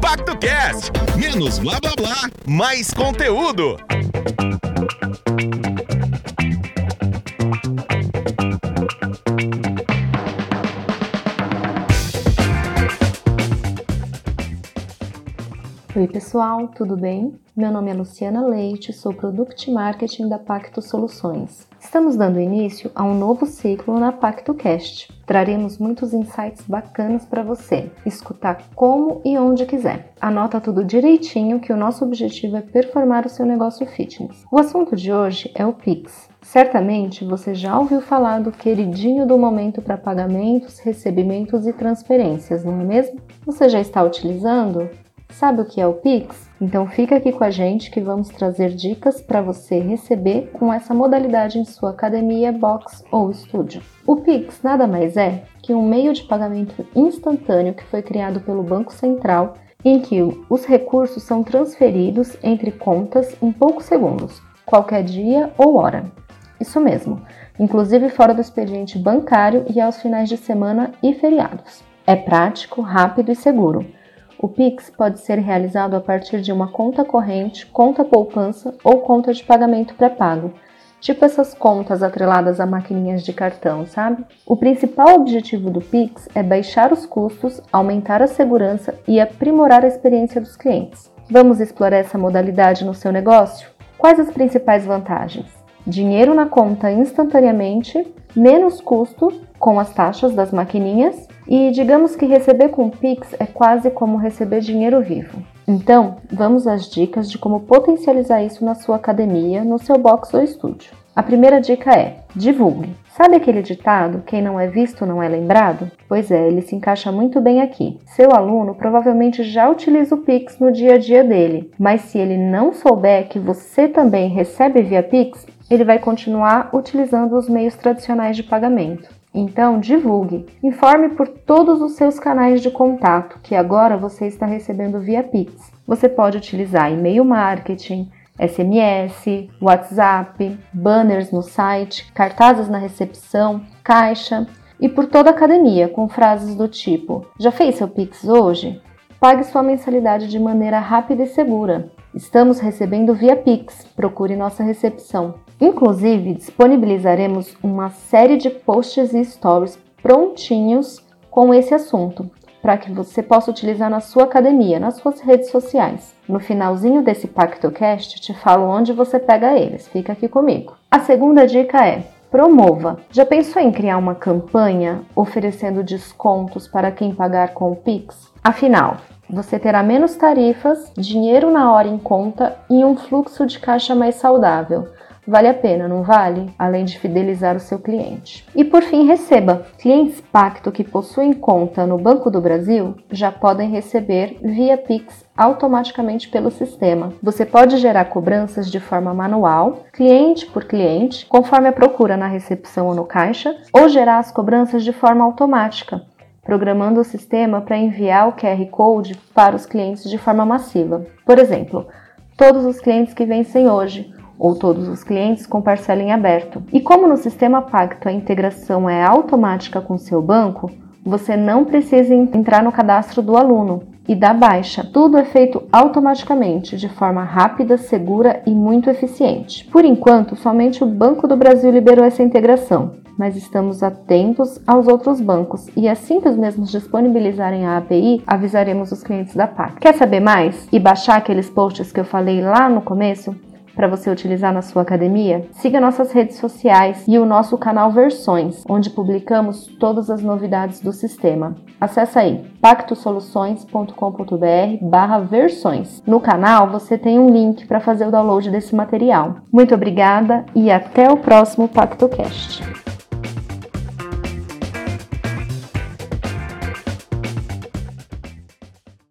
PactoCast. Menos blá blá blá, mais conteúdo. Oi pessoal, tudo bem? Meu nome é Luciana Leite, sou Product Marketing da Pacto Soluções. Estamos dando início a um novo ciclo na PactoCast. Traremos muitos insights bacanas para você escutar como e onde quiser. Anota tudo direitinho que o nosso objetivo é performar o seu negócio fitness. O assunto de hoje é o Pix. Certamente você já ouviu falar do queridinho do momento para pagamentos, recebimentos e transferências, não é mesmo? Você já está utilizando? Sabe o que é o Pix? Então fica aqui com a gente que vamos trazer dicas para você receber com essa modalidade em sua academia, box ou estúdio. O Pix nada mais é que um meio de pagamento instantâneo que foi criado pelo Banco Central, em que os recursos são transferidos entre contas em poucos segundos, qualquer dia ou hora. Isso mesmo, inclusive fora do expediente bancário e aos finais de semana e feriados. É prático, rápido e seguro. O Pix pode ser realizado a partir de uma conta corrente, conta poupança ou conta de pagamento pré-pago, tipo essas contas atreladas a maquininhas de cartão, sabe? O principal objetivo do Pix é baixar os custos, aumentar a segurança e aprimorar a experiência dos clientes. Vamos explorar essa modalidade no seu negócio? Quais as principais vantagens? Dinheiro na conta instantaneamente, menos custo com as taxas das maquininhas e digamos que receber com Pix é quase como receber dinheiro vivo. Então, vamos às dicas de como potencializar isso na sua academia, no seu box ou estúdio. A primeira dica é: divulgue. Sabe aquele ditado, quem não é visto não é lembrado? Pois é, ele se encaixa muito bem aqui. Seu aluno provavelmente já utiliza o Pix no dia a dia dele, mas se ele não souber que você também recebe via Pix, ele vai continuar utilizando os meios tradicionais de pagamento. Então, divulgue. Informe por todos os seus canais de contato que agora você está recebendo via Pix. Você pode utilizar e-mail marketing, SMS, WhatsApp, banners no site, cartazes na recepção, caixa e por toda a academia com frases do tipo: já fez seu Pix hoje? Pague sua mensalidade de maneira rápida e segura. Estamos recebendo via Pix, procure nossa recepção. Inclusive, disponibilizaremos uma série de posts e stories prontinhos com esse assunto, para que você possa utilizar na sua academia, nas suas redes sociais. No finalzinho desse PactoCast, te falo onde você pega eles. Fica aqui comigo. A segunda dica é: promova. Já pensou em criar uma campanha oferecendo descontos para quem pagar com o Pix? Afinal, você terá menos tarifas, dinheiro na hora em conta e um fluxo de caixa mais saudável. Vale a pena, não vale? Além de fidelizar o seu cliente. E por fim, receba. Clientes Pacto que possuem conta no Banco do Brasil já podem receber via Pix automaticamente pelo sistema. Você pode gerar cobranças de forma manual, cliente por cliente, conforme a procura na recepção ou no caixa, ou gerar as cobranças de forma automática, programando o sistema para enviar o QR Code para os clientes de forma massiva. Por exemplo, todos os clientes que vencem hoje, ou todos os clientes com parcela em aberto. E como no sistema Pacto a integração é automática com o seu banco, você não precisa entrar no cadastro do aluno e dar baixa. Tudo é feito automaticamente, de forma rápida, segura e muito eficiente. Por enquanto, somente o Banco do Brasil liberou essa integração, mas estamos atentos aos outros bancos e assim que os mesmos disponibilizarem a API, avisaremos os clientes da Pacto. Quer saber mais e baixar aqueles posts que eu falei lá no começo para você utilizar na sua academia? Siga nossas redes sociais e o nosso canal Versões, onde publicamos todas as novidades do sistema. Acesse aí pactosoluções.com.br/versões. No canal você tem um link para fazer o download desse material. Muito obrigada e até o próximo PactoCast.